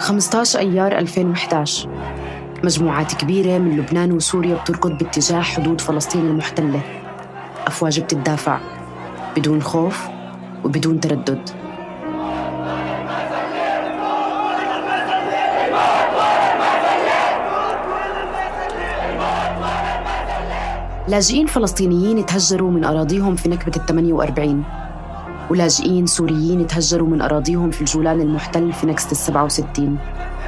15 أيار 2011 مجموعات كبيرة من لبنان وسوريا بتركض باتجاه حدود فلسطين المحتلة. أفواج بتدافع بدون خوف وبدون تردد. لاجئين فلسطينيين تهجروا من أراضيهم في نكبة 48، ولاجئين سوريين تهجروا من أراضيهم في الجولان المحتل في نكسة 67.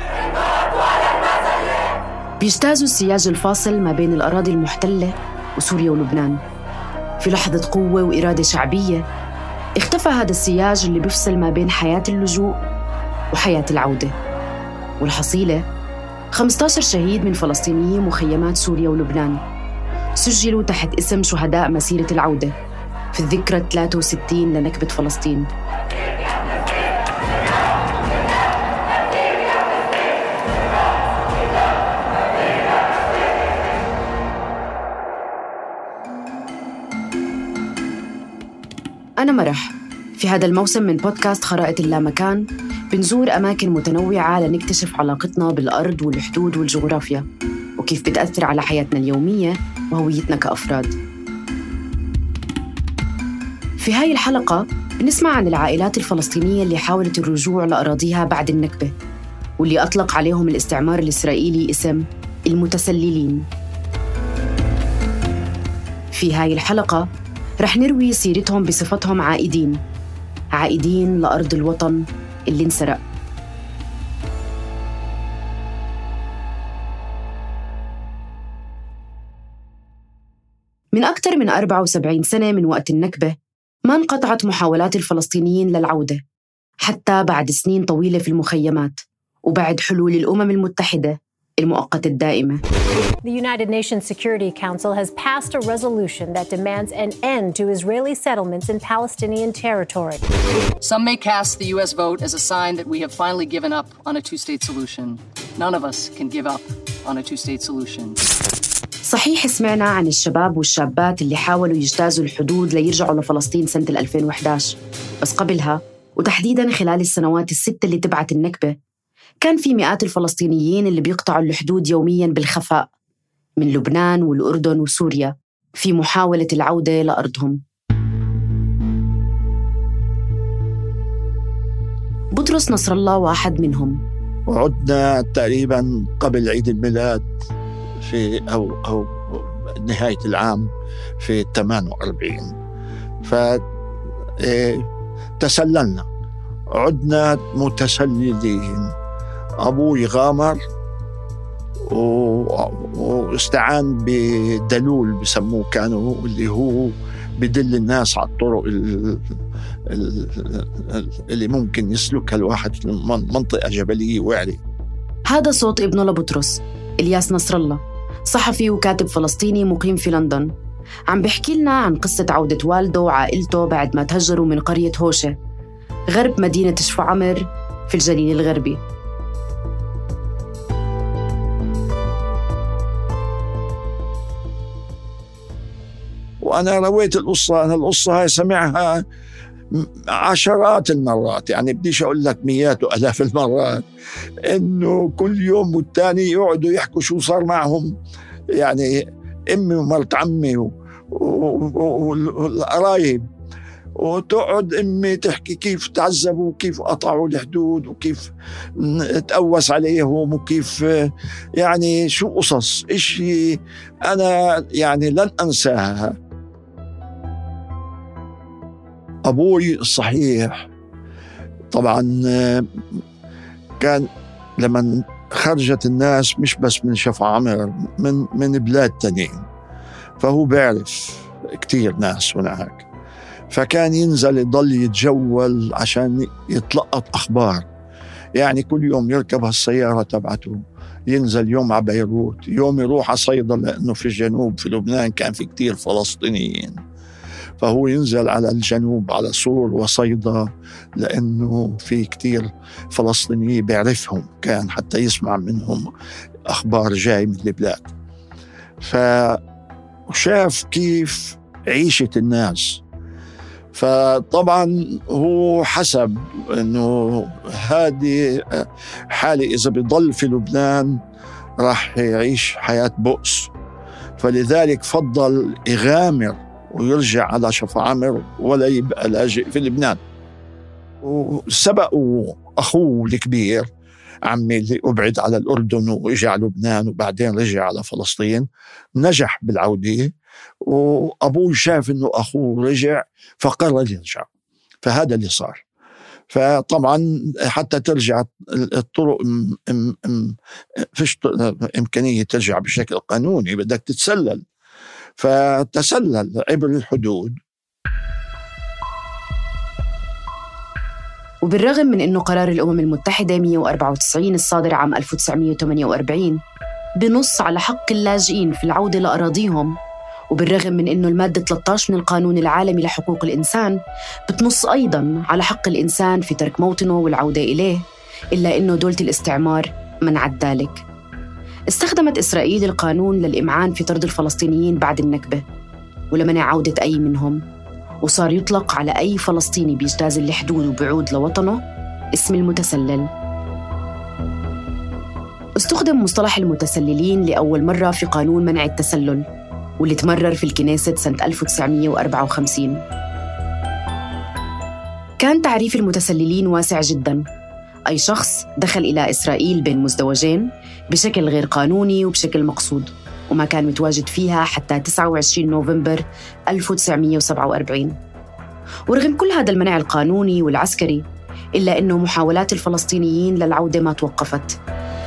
بيجتازوا السياج الفاصل ما بين الأراضي المحتلة وسوريا ولبنان. في لحظة قوة وإرادة شعبية اختفى هذا السياج اللي بيفصل ما بين حياة اللجوء وحياة العودة. والحصيلة 15 شهيد من فلسطينيي مخيمات سوريا ولبنان سجلوا تحت اسم شهداء مسيرة العودة في الذكرى 63 لنكبة فلسطين. أنا مرح. في هذا الموسم من بودكاست خرائط اللامكان بنزور أماكن متنوعة لنكتشف علاقتنا بالأرض والحدود والجغرافيا وكيف بتأثر على حياتنا اليومية وهويتنا كأفراد. في هاي الحلقة بنسمع عن العائلات الفلسطينية اللي حاولت الرجوع لأراضيها بعد النكبة واللي أطلق عليهم الاستعمار الإسرائيلي اسم المتسللين. في هاي الحلقة رح نروي سيرتهم بصفتهم عائدين لأرض الوطن اللي انسرق. من أكثر من 74 سنة من وقت النكبة ما انقطعت محاولات الفلسطينيين للعودة، حتى بعد سنين طويلة في المخيمات وبعد حلول الأمم المتحدة المؤقتة الدائمة. The United Nations Security Council has passed a resolution that demands an end to Israeli settlements in Palestinian territory. Some may cast the U.S. vote as a sign that we have finally given up on a two-state solution. None of us can give up on a two-state solution. صحيح سمعنا عن الشباب والشابات اللي حاولوا يجتازوا الحدود ليرجعوا لفلسطين سنة 2011، بس قبلها وتحديداً خلال السنوات الست اللي تبعت النكبة كان في مئات الفلسطينيين اللي بيقطعوا الحدود يومياً بالخفاء من لبنان والأردن وسوريا في محاولة العودة لأرضهم. بطرس نصر الله واحد منهم. وعدنا تقريباً قبل عيد الميلاد في أو نهاية العام في 48. تسللنا، عدنا متسللين. أبوي غامر واستعان بدلول بسموه كانوا، اللي هو بدل الناس على الطرق اللي ممكن يسلكها الواحد في منطقة جبلية وعري. هذا صوت ابنه لبطرس، إلياس نصر الله، صحفي وكاتب فلسطيني مقيم في لندن، عم بيحكي لنا عن قصة عودة والده وعائلته بعد ما تهجروا من قرية هوشة غرب مدينة شفعمر في الجليل الغربي. وأنا رويت القصة، أنا القصة هاي سمعها عشرات المرات، يعني بديش أقول لك مئات وألاف المرات، إنه كل يوم والتاني يقعدوا يحكوا شو صار معهم، يعني أمي ومرت عمي والقرايب، وتقعد أمي تحكي كيف تعذبوا وكيف قطعوا الحدود وكيف تقوس عليهم وكيف يعني شو قصص إشي أنا يعني لن أنساها. أبوي الصحيح طبعاً كان لما خرجت الناس مش بس من شفعمر، من بلاد تانيين، فهو بيعرف كتير ناس هناك، فكان ينزل يضل يتجول عشان يتلقط أخبار. يعني كل يوم يركب هالسيارة تبعته، ينزل يوم على بيروت، يوم يروح على صيدا، لأنه في الجنوب في لبنان كان في كتير فلسطينيين، فهو ينزل على الجنوب على صور وصيدا، لأنه في كتير فلسطينيين بيعرفهم، كان حتى يسمع منهم أخبار جاي من البلاد. فشاف كيف عيشة الناس، فطبعا هو حسب أنه هذه حالة إذا بيضل في لبنان راح يعيش حياة بؤس، فلذلك فضل يغامر ويرجع على شفا عمر ولا يبقى لاجئ في لبنان. وسبقوا أخوه الكبير عمي اللي أبعد على الأردن وإجا على لبنان وبعدين رجع على فلسطين، نجح بالعودة، وأبوه شاف أنه أخوه رجع فقرر يرجع، فهذا اللي صار. فطبعا حتى ترجع الطرق فيش إمكانية ترجع بشكل قانوني، بدك تتسلل، فتسلل عبر الحدود. وبالرغم من أنه قرار الأمم المتحدة 194 الصادر عام 1948 بنص على حق اللاجئين في العودة لأراضيهم، وبالرغم من أنه المادة 13 من القانون العالمي لحقوق الإنسان بتنص أيضاً على حق الإنسان في ترك موطنه والعودة إليه، إلا أنه دولة الاستعمار منعت ذلك. استخدمت إسرائيل القانون للإمعان في طرد الفلسطينيين بعد النكبة ولمنع عودة أي منهم، وصار يطلق على أي فلسطيني بيجتاز الحدود وبيعود لوطنه اسم المتسلل. استخدم مصطلح المتسللين لأول مرة في قانون منع التسلل واللي تمرر في الكنيست سنة 1954. كان تعريف المتسللين واسع جداً، أي شخص دخل إلى إسرائيل بين مزدوجين بشكل غير قانوني وبشكل مقصود، وما كان متواجد فيها حتى 29 نوفمبر 1947. ورغم كل هذا المنع القانوني والعسكري، إلا أنه محاولات الفلسطينيين للعودة ما توقفت.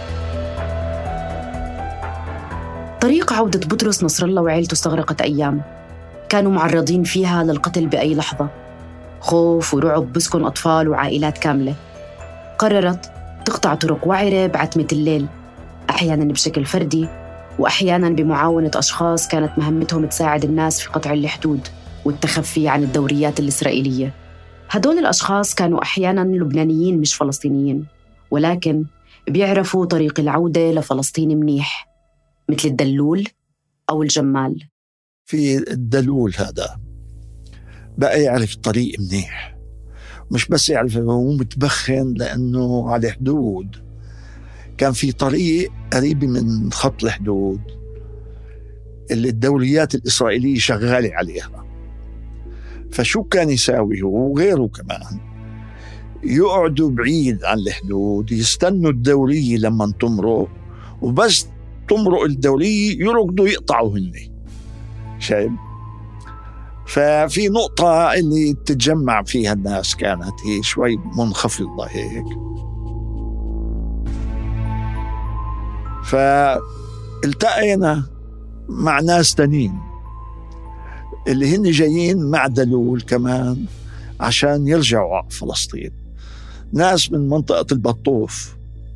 طريق عودة بطرس نصر الله وعيلته استغرقت أيام، كانوا معرضين فيها للقتل بأي لحظة، خوف ورعب بسكن أطفال وعائلات كاملة. قررت تقطع طرق وعرة بعتمة الليل، أحياناً بشكل فردي وأحياناً بمعاونة أشخاص كانت مهمتهم تساعد الناس في قطع الحدود والتخفي عن الدوريات الإسرائيلية. هدول الأشخاص كانوا أحياناً لبنانيين مش فلسطينيين، ولكن بيعرفوا طريق العودة لفلسطين منيح، مثل الدلول أو الجمال. في الدلول هذا بقى يعرف الطريق منيح، مش بس يعرف، هو متبخن لأنه على حدود. كان في طريق قريب من خط الحدود اللي الدوريات الإسرائيلية شغالة عليها، فشو كان يساوي هو وغيره كمان؟ يقعدوا بعيد عن الحدود، يستنوا الدورية لما تمرق، وبس تمرق الدورية يركضوا يقطعوا هني. شايف؟ ففي نقطة اللي تتجمع فيها الناس كانت هي شوي منخفضة هيك، فالتقينا مع ناس تانيين اللي هن جايين مع دلول كمان عشان يرجعوا على فلسطين، ناس من منطقة البطوف.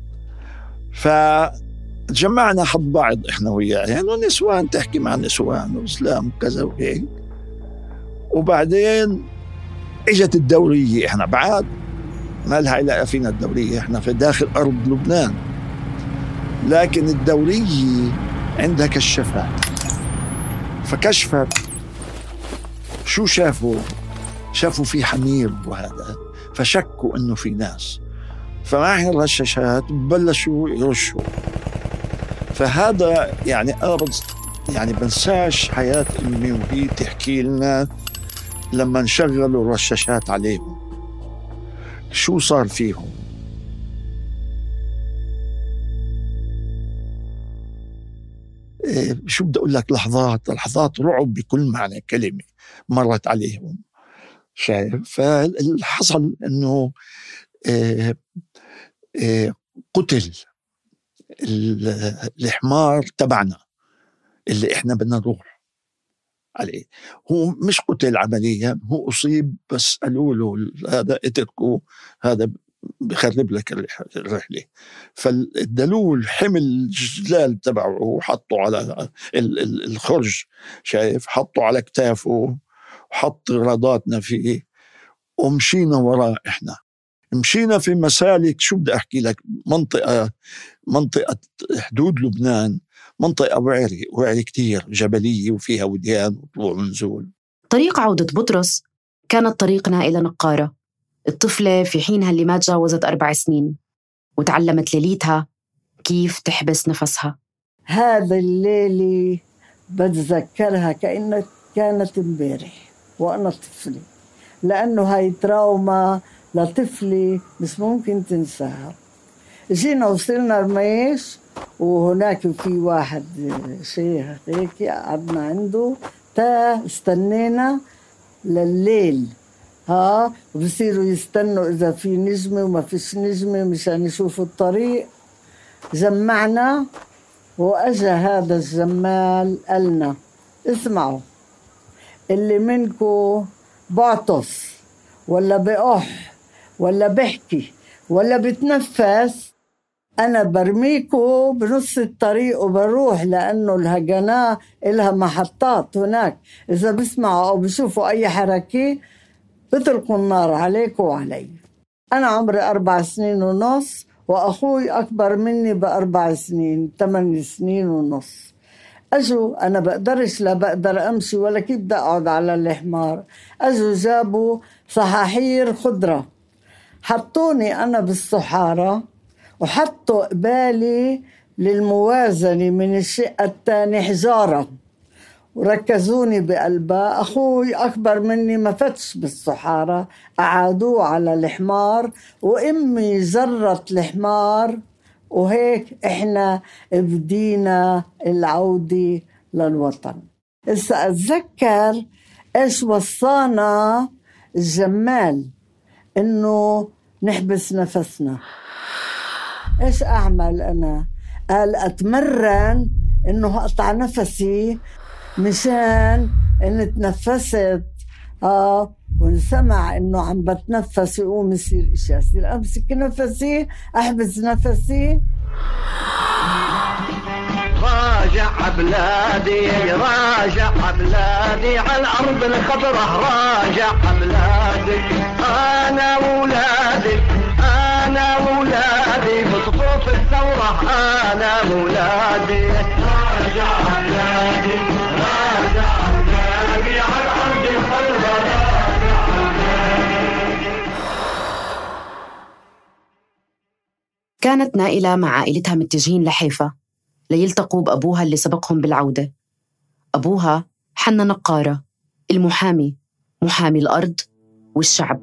فجمعنا حد بعض إحنا وياه، يعني نسوان تحكي مع نسوان وإسلام وكذا وهيك. وبعدين اجت الدورية، احنا بعد ما لها علاقة فينا الدورية، احنا في داخل أرض لبنان، لكن الدورية عندها كشافات، فكشفت شو شافوا في حمير وهذا، فشكوا انه في ناس، فمع الرشاشات بلشوا يرشوا. فهذا يعني أنا يعني بنساش حياة أمي وهي تحكي لنا لما نشغلوا الرشاشات عليهم شو صار فيهم. شو بدي أقول لك، لحظات رعب بكل معنى كلمة مرت عليهم. شايف؟ فالحصل أنه قتل الحمار تبعنا اللي إحنا بدنا نروح عليه. هو مش قتل عمليا، هو أصيب، بس قالوا له هذا اتركه، هذا بخرب لك الرحلة. فالدلول حمل الجلال تبعه وحطه على الخرج، شايف، حطه على كتافه وحط غراضاتنا فيه ومشينا وراه. إحنا مشينا في مسالك، شو بدي أحكي لك، منطقة حدود لبنان منطقة وعري كتير، جبلية وفيها وديان وطلوع ونزول. طريق عودة بطرس كانت طريقنا إلى نقارة، الطفلة في حينها اللي ما تجاوزت 4 سنين، وتعلمت ليلتها كيف تحبس نفسها. هذا الليلة بتذكرها كانت امبارح وأنا طفلة، لأنه هاي تراوما لطفلة مش ممكن تنساها. جينا وصلنا رميش، وهناك في واحد شيخ هيك قعدنا عنده تا استنينا لليل، وبصيروا يستنوا إذا في نجمة وما فيش نجمة مشان يشوفوا الطريق. جمعنا وأجا هذا الجمال قالنا اسمعوا، اللي منكو بعطس ولا بقح ولا بحكي ولا بتنفس، أنا برميكو بنص الطريق وبروح، لأنه الهجناء إلها محطات هناك، إذا بسمعوا أو بشوفوا أي حركة بتلقوا النار عليكو وعلي. أنا عمري 4 سنين ونص، وأخوي أكبر مني ب4 سنين، 8 سنين ونص. أجوا أنا بقدرش، لا بقدر أمشي ولا كيف بدي أقعد على الحمار. أجوا جابوا صحاحير خضرة، حطوني أنا بالصحارة وحطوا قبالي للموازنة من الشقة الثاني حجارة وركزوني بقلبها. أخوي أكبر مني ما فتش بالصحارة، قعدوه على الحمار وإمي جرت الحمار، وهيك إحنا بدينا العودة للوطن. إذا أتذكر إيش وصانا الجمال إنه نحبس نفسنا. إيش أعمل أنا؟ قال أتمرن إنه أقطع نفسي مشان إن تنفست ونسمع إنه عم بتنفس يقوم يصير إشي، أصير أمسك نفسي أحبس نفسي. راجع بلادي راجع بلادي على الأرض الخضراء، راجع بلادي أنا وولادي أنا وولادي بصفوف الثورة أنا وولادي. راجع بلادي راجع بلادي على الأرض الخضراء. كانت نائلة مع عائلتها متجهين لحيفا ليلتقوا بأبوها اللي سبقهم بالعودة. أبوها حنا نقارة، المحامي، محامي الأرض والشعب.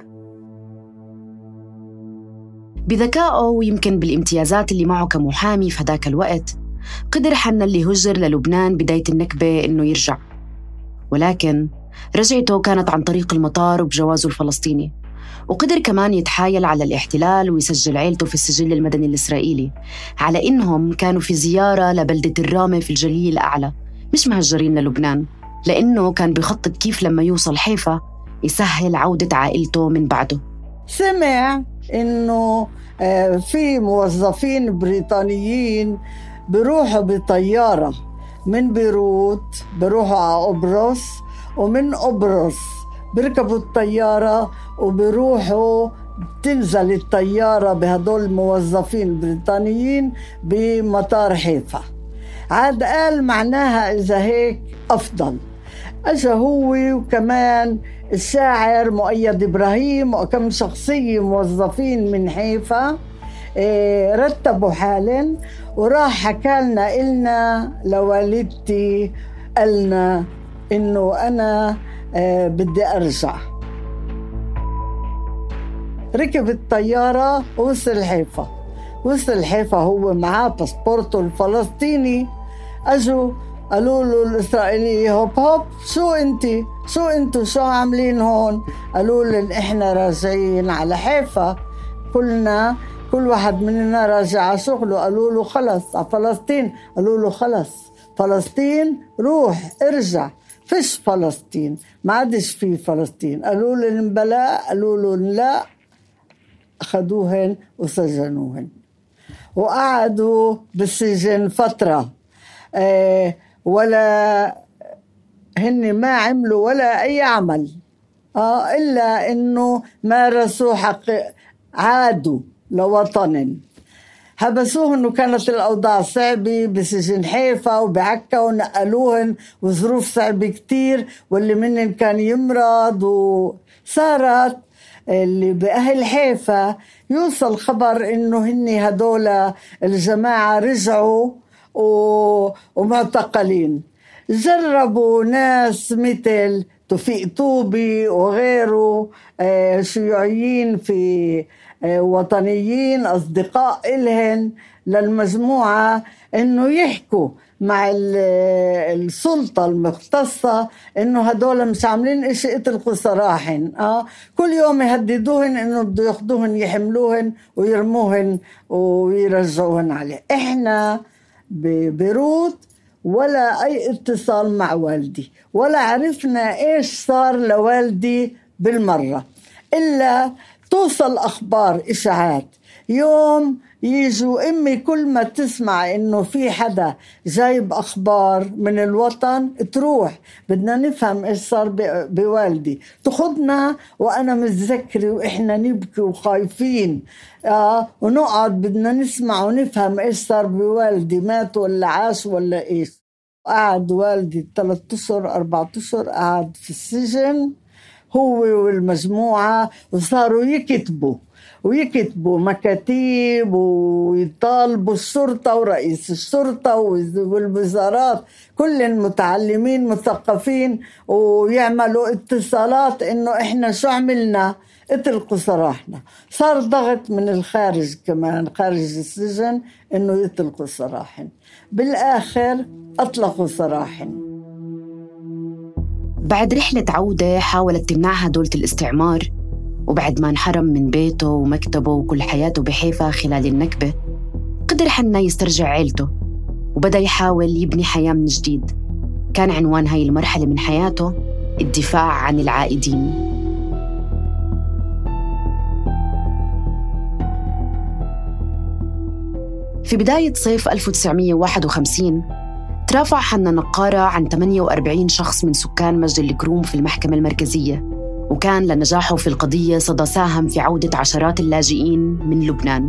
بذكائه ويمكن بالامتيازات اللي معه كمحامي في هداك الوقت قدر حنا اللي هجر للبنان بداية النكبة إنه يرجع، ولكن رجعته كانت عن طريق المطار وبجوازه الفلسطيني، وقدر كمان يتحايل على الاحتلال ويسجل عيلته في السجل المدني الإسرائيلي على إنهم كانوا في زيارة لبلدة الرامة في الجليل الأعلى، مش مهجرين للبنان، لأنه كان بيخطط كيف لما يوصل حيفا يسهل عودة عائلته من بعده. سمع إنه في موظفين بريطانيين بيروحوا بطيارة من بيروت بيروحوا على قبرص، ومن قبرص بيركبوا الطيارة وبيروحوا تنزل الطيارة بهدول الموظفين البريطانيين بمطار حيفا. عاد قال معناها إذا هيك أفضل. أجا هو وكمان الشاعر مؤيد إبراهيم وكم شخصية موظفين من حيفا، رتبوا حالا وراح حكالنا إلنا لوالدتي، قالنا إنه أنا بدي أرجع. ركب الطيارة ووصل حيفا. وصل حيفا هو معاه باسبورته الفلسطيني. أجوا قالوا له الإسرائيلي هوب هوب شو انتو شو عاملين هون؟ قالوا لهم إحنا راجعين على حيفا. كل واحد مننا راجع على شغله. قالوا له خلص على فلسطين. قالوا له خلص فلسطين روح ارجع، فيش فلسطين، ما عادش في فلسطين. قالوا لهم بلا. قالوا لهم لا. أخذوهن وسجنوهن وقعدوا بالسجن فترة، ولا هن ما عملوا ولا أي عمل إلا إنه مارسوا حق، عادوا لوطن. حبسوهن إنه كانت الأوضاع صعبة بسجن حيفا وبعكا ونقلوهن وظروف صعبة كتير، واللي منن كان يمرض. وصارت اللي بأهل حيفا يوصل خبر إنه هني هدول الجماعة رجعوا ومعتقلين. جربوا ناس مثل توفيق طوبي وغيره شيوعيين في وطنيين أصدقاء إلهن للمجموعة إنه يحكوا مع السلطة المختصة إنه هدول مش عاملين إشي اطلقوا سراحن. كل يوم يهددوهن إنه بده ياخدوهن يحملوهن ويرموهن ويرجعوهن عليه. إحنا ببيروت ولا أي اتصال مع والدي، ولا عرفنا إيش صار لوالدي بالمرة، إلا توصل أخبار إشاعات. يوم يجوا أمي كل ما تسمع إنه في حدا جايب أخبار من الوطن تروح بدنا نفهم إيش صار بوالدي، تخدنا وأنا متذكرة وإحنا نبكي وخايفين ونقعد بدنا نسمع ونفهم إيش صار بوالدي، مات ولا عاش ولا إيش. قعد والدي 3 أشهر 4 أشهر قعد في السجن هو والمجموعة، وصاروا يكتبوا مكاتيب ويطالبوا الشرطة ورئيس الشرطة والوزارات كل المتعلمين مثقفين، ويعملوا اتصالات إنه إحنا شو عملنا اطلقوا سراحنا. صار ضغط من الخارج كمان خارج السجن إنه يطلقوا سراحن. بالآخر أطلقوا سراحن. بعد رحلة عودة حاولت تمنعها دولة الاستعمار، وبعد ما انحرم من بيته ومكتبه وكل حياته بحيفا خلال النكبة، قدر حنا يسترجع عيلته وبدأ يحاول يبني حياة من جديد. كان عنوان هاي المرحلة من حياته الدفاع عن العائدين. في بداية صيف 1951 ترافع حنا نقارة عن 48 شخص من سكان مجد الكروم في المحكمة المركزية، وكان لنجاحه في القضية صدى ساهم في عودة عشرات اللاجئين من لبنان.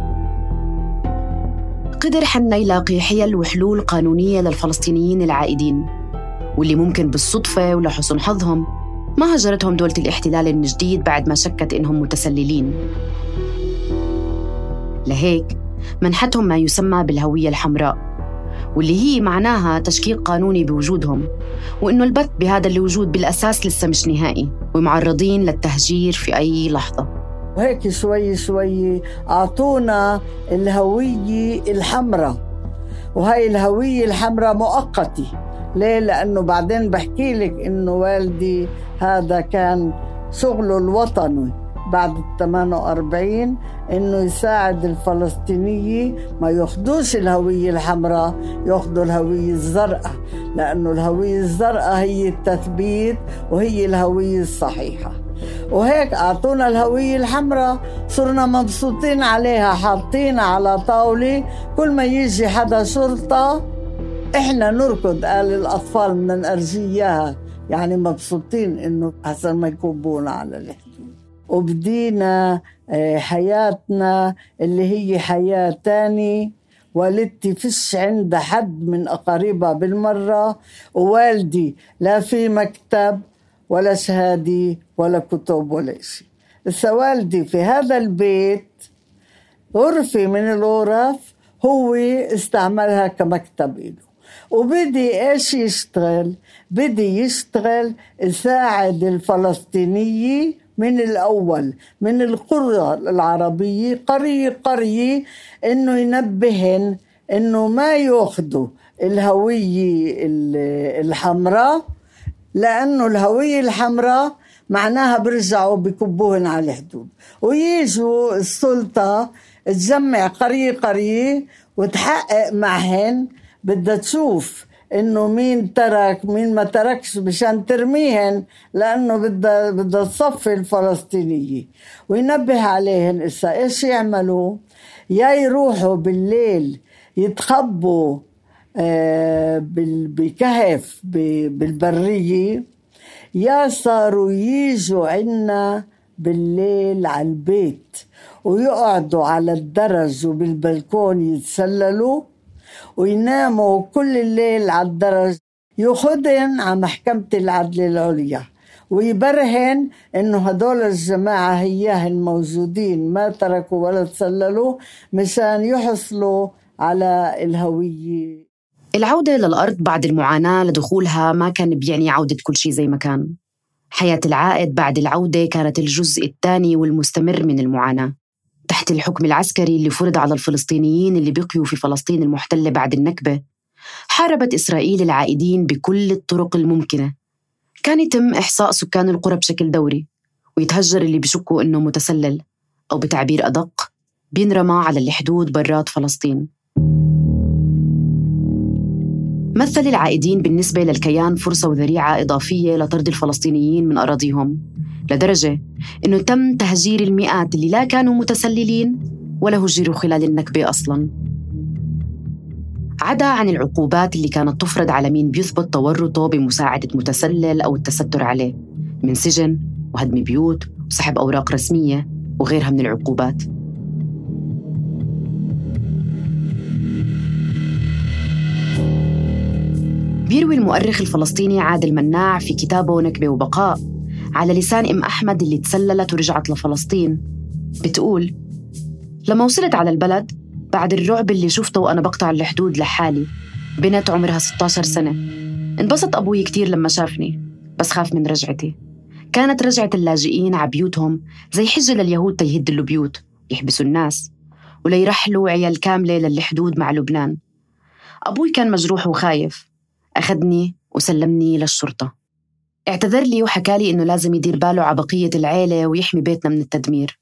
قدر حنا يلاقي حيل وحلول قانونية للفلسطينيين العائدين، واللي ممكن بالصدفة ولحسن حظهم ما هجرتهم دولة الاحتلال من جديد بعد ما شكت إنهم متسللين. لهيك منحتهم ما يسمى بالهوية الحمراء، واللي هي معناها تشكيك قانوني بوجودهم، وإنه البت بهذا الوجود بالأساس لسه مش نهائي ومعرضين للتهجير في أي لحظة. وهيك شوي شوي أعطونا الهوية الحمراء، وهي الهوية الحمراء مؤقتة. ليه؟ لأنه بعدين بحكي لك إنه والدي هذا كان شغله الوطني بعد 48 إنه يساعد الفلسطينية ما ياخدوش الهوية الحمراء، ياخدوا الهوية الزرقاء، لأنه الهوية الزرقاء هي التثبيت وهي الهوية الصحيحة. وهيك أعطونا الهوية الحمراء، صرنا مبسوطين عليها، حاطين على طاولة كل ما يجي حدا شرطة إحنا نركض، قال الأطفال بدنا نرجيها، يعني مبسوطين إنه حسن ما يكبونا على الحدود. وبدينا حياتنا اللي هي حياة تاني. والدتي فيش عندها حد من أقاربها بالمرة، ووالدي لا في مكتب ولا شهادة ولا كتب ولا شيء. بس والدي في هذا البيت غرفة من الغرف هو استعملها كمكتب إله، وبدي إيش يشتغل؟ بدي يشتغل يساعد الفلسطينية من الأول من القرى العربية قرية إنه ينبهن إنه ما يأخذوا الهوية الحمراء، لأنه الهوية الحمراء معناها برجعوا بكبوهن على الحدود، ويجوا السلطة تجمع قرية وتحقق معهن، بدها تشوف إنه مين ترك مين ما تركش مشان ترميهن، لأنه بدها تصفي الفلسطينية وينبه عليهن. إيش يعملوا؟ يا يروحوا بالليل يتخبوا بكهف بالبرية، يا صاروا ييجوا عنا بالليل على البيت ويقعدوا على الدرج وبالبلكون يتسللوا ويناموا كل الليل على الدرج. يخدن على محكمة العدل العليا ويبرهن إنه هدول الجماعة هياهن موجودين ما تركوا ولا تسللوا مشان يحصلوا على الهوية. العودة للأرض بعد المعاناة لدخولها ما كان بيعني عودة كل شيء زي ما كان. حياة العائد بعد العودة كانت الجزء الثاني والمستمر من المعاناة. تحت الحكم العسكري اللي فرض على الفلسطينيين اللي بقيوا في فلسطين المحتلة بعد النكبة، حاربت إسرائيل العائدين بكل الطرق الممكنة. كان يتم إحصاء سكان القرى بشكل دوري، ويتهجر اللي بيشكوا إنه متسلل، أو بتعبير أدق بينرمى على الحدود برات فلسطين. مثل العائدين بالنسبة للكيان فرصة وذريعة إضافية لطرد الفلسطينيين من أراضيهم، لدرجة إنه تم تهجير المئات اللي لا كانوا متسللين ولا هجروا خلال النكبة أصلاً. عدا عن العقوبات اللي كانت تفرض على مين بيثبت تورطه بمساعدة متسلل أو التستر عليه، من سجن وهدم بيوت وسحب أوراق رسمية وغيرها من العقوبات. بيروي المؤرخ الفلسطيني عادل مناع في كتابه نكبة وبقاء على لسان أم أحمد اللي تسللت ورجعت لفلسطين، بتقول: لما وصلت على البلد بعد الرعب اللي شفته وأنا بقطع الحدود لحالي، بنت عمرها 16 سنة، انبسط أبوي كتير لما شافني، بس خاف من رجعتي. كانت رجعة اللاجئين عبيوتهم زي حجة لليهود تيهدوا البيوت، يحبسوا الناس وليرحلوا عيال كاملة للحدود مع لبنان. أبوي كان مجروح وخايف، أخذني وسلمني للشرطة. اعتذر لي وحكى لي إنه لازم يدير باله على بقية العيلة ويحمي بيتنا من التدمير.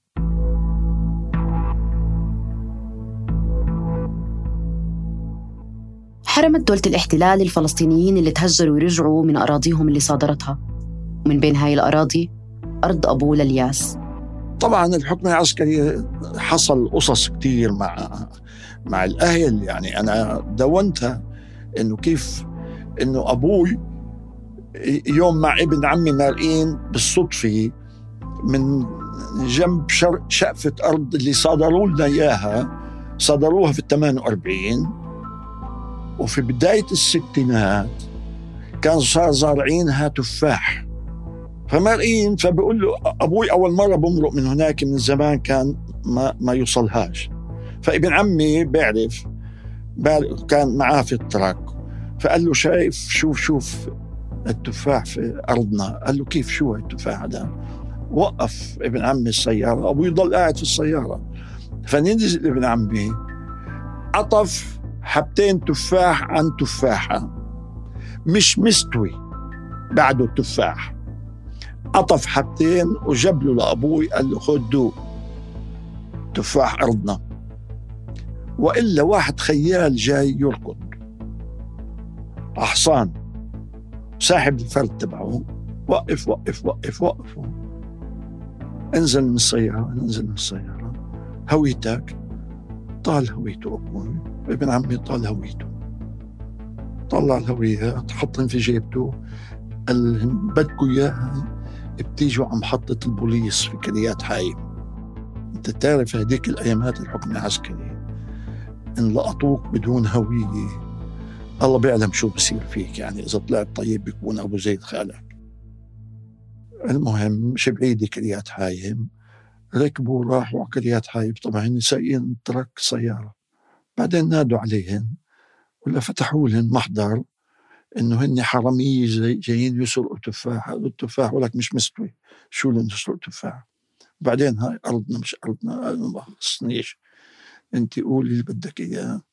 حرمت دولة الاحتلال الفلسطينيين اللي تهجروا ويرجعوا من أراضيهم اللي صادرتها، ومن بين هاي الأراضي أرض أبو للياس. طبعا الحكم العسكري حصل قصص كتير مع الأهل. يعني أنا دونتها إنه كيف إنه أبوي يوم مع ابن عمي مارقين بالصدفة من جنب شقفة أرض اللي صادروا لنا إياها، صادروها في 48، وفي بداية الستينات كان صار زارعينها تفاح، فمارقين. فبقول له أبوي أول مرة بمرق من هناك من زمان كان ما يوصلهاش، فابن عمي بيعرف كان معاه في التراك، فقال له شايف شوف التفاح في أرضنا. قال له كيف شو التفاح هذا؟ وقف ابن عمي السيارة، أبوي ضل قاعد في السيارة، فننزل ابن عمي عطف حبتين تفاح عن تفاحة مش مستوي بعده التفاح، عطف حبتين وجاب له لأبوي قال له خد دوق تفاح أرضنا. وإلا واحد خيال جاي يركض حصان ساحب الفرد تبعه، وقف وقف وقف وقف، انزل من السيارة، هويتك. طال هويته أبوي، ابن عمي طال هويته، طلع الهوية تحطن في جيبته، قال بدكوا إياها بتيجوا عم محطة البوليس في كريات حايم. انت تعرف هديك الأيامات الحكم العسكري إن لقطوك بدون هوية الله بيعلم شو بصير فيك. يعني إذا طلعت طيب بيكون أبو زيد خالك. المهم مش بعيد كريات حايم، ركبوا راحوا كريات حايم. طبعا سايقين ترك سيارة، بعدين نادوا عليهن ولا فتحوا لهم محضر إنه هن حرامية جايين يسرقوا تفاح. التفاح ولك مش مستوي، شو اللي نسرق تفاح؟ بعدين هاي أرضنا مش أرضنا، ما خصنيش، أنت قولي اللي بدك إياه.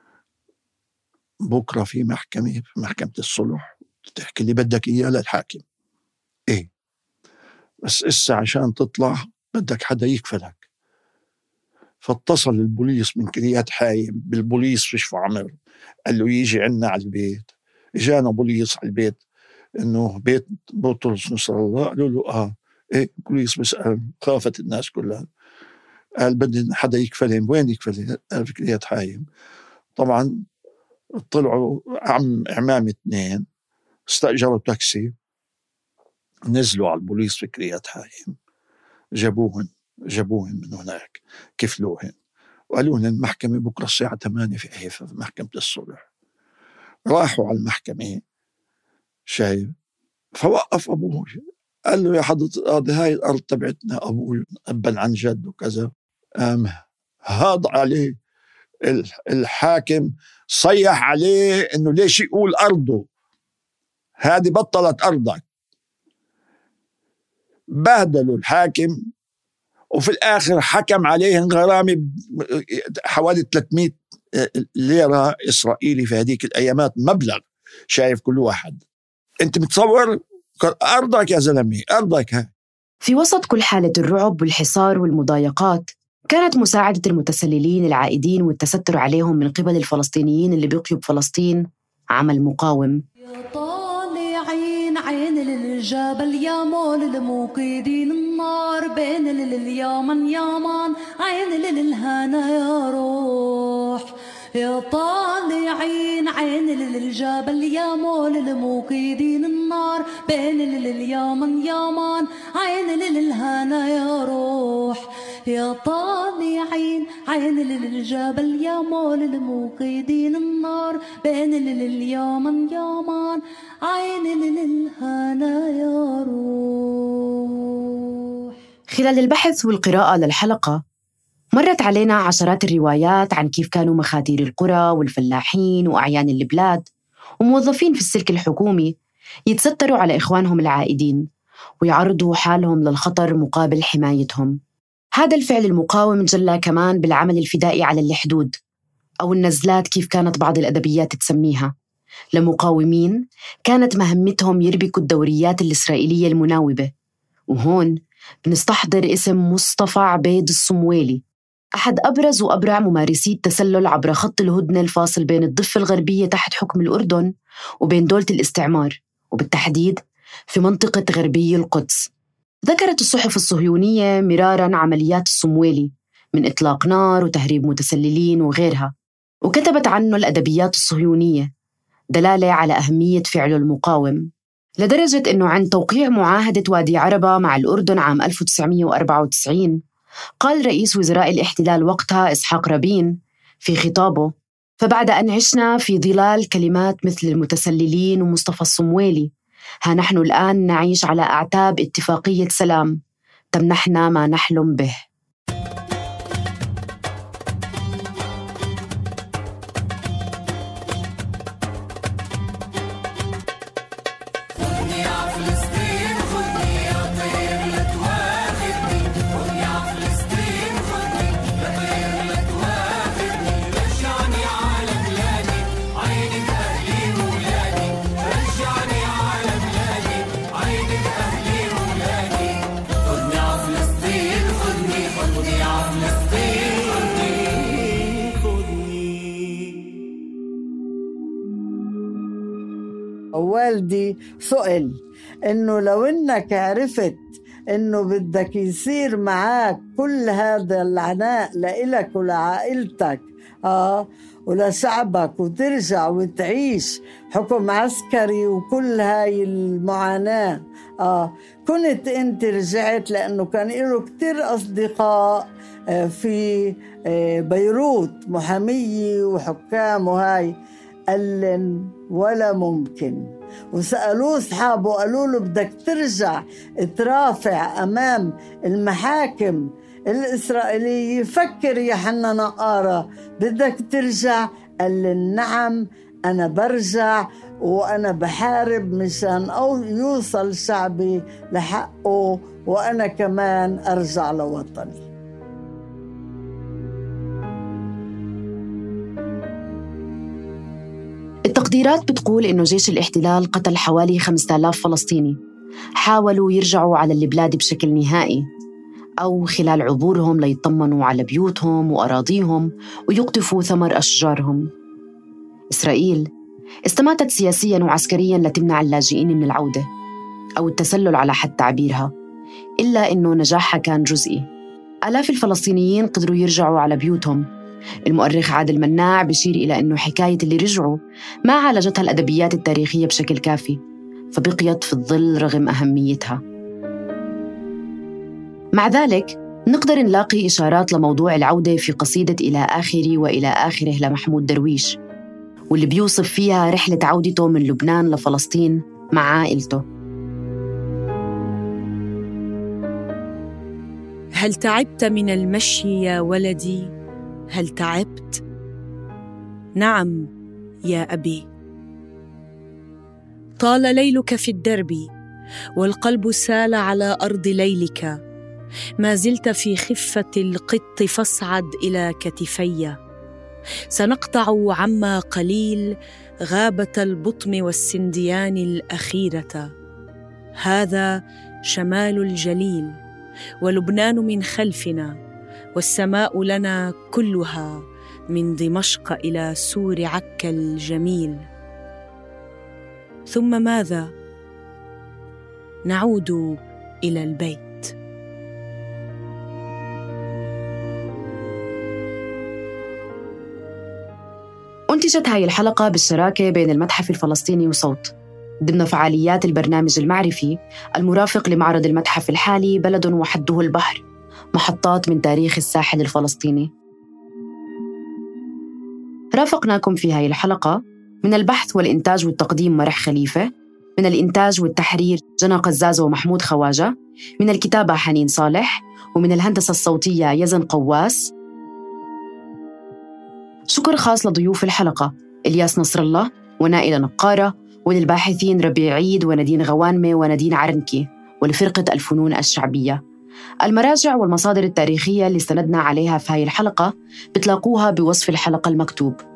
بكرة في محكمة الصلح تحكي اللي بدك إياه للحاكم. إيه بس إسا عشان تطلع بدك حدا يكفلك. فاتصل البوليس من كريات حايم بالبوليس في شفا عمر، قال له يجي عنا على البيت. إجانا بوليس على البيت إنه بيت بطرس نصر الله. قالوا له إيه. بوليس بيسأل، خافت الناس كلها. قال بدي حدا يكفلهم. وين يكفلهم؟ قال في كريات حايم. طبعا طلعوا عمامي 2 استأجروا تاكسي، نزلوا على البوليس في كريات حايم، جابوهن جابوهم من هناك، كفلوهم وقالوا لهم المحكمة بكرة الساعة 8 في حيفا في محكمة الصلح. راحوا على المحكمة، شايف، فوقف أبوه قال له يا حضرة القاضي هاي الأرض تبعتنا، أبوه أبا عن جد وكذا. هاض عليه الحاكم، صيح عليه إنه ليش يقول أرضه، هذه بطلت أرضك. بهدلوا الحاكم، وفي الآخر حكم عليهم غرامة حوالي 300 ليرة إسرائيلي في هذيك الأيامات، مبلغ. شايف كل واحد، أنت متصور أرضك يا زلمي، أرضك. ها في وسط كل حالة الرعب والحصار والمضايقات، كانت مساعدة المتسللين العائدين والتستر عليهم من قبل الفلسطينيين اللي بيقيوا بفلسطين عمل مقاوم. طالعين عين للجبل يا مول الموقدين النار بين اليمن يمان عين للهنا يا روح. يا طالعين عين للجبل يا مول الموقدين النار بين اليمن يمان عين للهنا يا روح. يا طالعين عين للجبل يا مول الموقدين النار بين اليمن يمان عين للهنا يا روح. خلال البحث والقراءة للحلقة مرت علينا عشرات الروايات عن كيف كانوا مخادير القرى والفلاحين وأعيان البلاد وموظفين في السلك الحكومي يتستروا على إخوانهم العائدين ويعرضوا حالهم للخطر مقابل حمايتهم. هذا الفعل المقاوم جلى كمان بالعمل الفدائي على الحدود أو النزلات كيف كانت بعض الأدبيات تسميها، لمقاومين كانت مهمتهم يربكوا الدوريات الإسرائيلية المناوبة. وهون بنستحضر اسم مصطفى عبيد الصمويلي، أحد أبرز وأبرع ممارسي التسلل عبر خط الهدنة الفاصل بين الضفة الغربية تحت حكم الأردن وبين دولة الاستعمار، وبالتحديد في منطقة غربي القدس. ذكرت الصحف الصهيونية مراراً عمليات الصمويلي من إطلاق نار وتهريب متسللين وغيرها، وكتبت عنه الأدبيات الصهيونية دلالة على أهمية فعله المقاوم، لدرجة أنه عند توقيع معاهدة وادي عربة مع الأردن عام 1994 قال رئيس وزراء الاحتلال وقتها إسحاق رابين في خطابه: فبعد أن عشنا في ظلال كلمات مثل المتسللين ومصطفى الصمويلي، ها نحن الآن نعيش على أعتاب اتفاقية سلام تمنحنا ما نحلم به. والدي سئل إنه لو إنك عرفت إنه بدك يصير معاك كل هذا العناء لإلك ولعائلتك ولشعبك وترجع وتعيش حكم عسكري وكل هاي المعاناة، كنت أنت رجعت، لأنه كان له كتير أصدقاء في بيروت محامية وحكام وهاي. قال ولا ممكن. وسألوه أصحابه قالوا له بدك ترجع ترافع أمام المحاكم الإسرائيلية، فكر يا حنا نقارة بدك ترجع؟ قال نعم أنا برجع وأنا بحارب مشان يوصل شعبي لحقه وأنا كمان أرجع لوطني. التقديرات بتقول إنه جيش الاحتلال قتل حوالي 5000 فلسطيني حاولوا يرجعوا على البلاد بشكل نهائي أو خلال عبورهم ليطمنوا على بيوتهم وأراضيهم ويقطفوا ثمر أشجارهم. إسرائيل استماتت سياسياً وعسكرياً لتمنع اللاجئين من العودة أو التسلل على حد تعبيرها، إلا إنه نجاحها كان جزئي. آلاف الفلسطينيين قدروا يرجعوا على بيوتهم. المؤرخ عادل مناع بيشير إلى أنه حكاية اللي رجعوا ما عالجتها الأدبيات التاريخية بشكل كافي، فبقيت في الظل رغم أهميتها. مع ذلك نقدر نلاقي إشارات لموضوع العودة في قصيدة إلى آخري وإلى آخره لمحمود درويش، واللي بيوصف فيها رحلة عودته من لبنان لفلسطين مع عائلته. هل تعبت من المشي يا ولدي؟ هل تعبت؟ نعم يا أبي. طال ليلك في الدرب والقلب سال على أرض ليلك، ما زلت في خفة القط فاصعد إلى كتفي. سنقطع عما قليل غابة البطم والسنديان الأخيرة. هذا شمال الجليل ولبنان من خلفنا، والسماء لنا كلها من دمشق إلى سور عكا الجميل. ثم ماذا؟ نعود إلى البيت. أنتجت هاي الحلقة بالشراكة بين المتحف الفلسطيني وصوت ضمن فعاليات البرنامج المعرفي المرافق لمعرض المتحف الحالي بلد وحده البحر، محطات من تاريخ الساحل الفلسطيني. رافقناكم في هاي الحلقة من البحث والإنتاج والتقديم مرح خليفة، من الإنتاج والتحرير جنى قزاز ومحمود خواجة، من الكتابة حنين صالح، ومن الهندسة الصوتية يزن قواس. شكر خاص لضيوف الحلقة إلياس نصر الله ونائلة نقارة، وللباحثين ربيع عيد وندين غوانمة ونادين عرنكي، ولفرقة الفنون الشعبية. المراجع والمصادر التاريخية اللي استندنا عليها في هاي الحلقة بتلاقوها بوصف الحلقة المكتوب.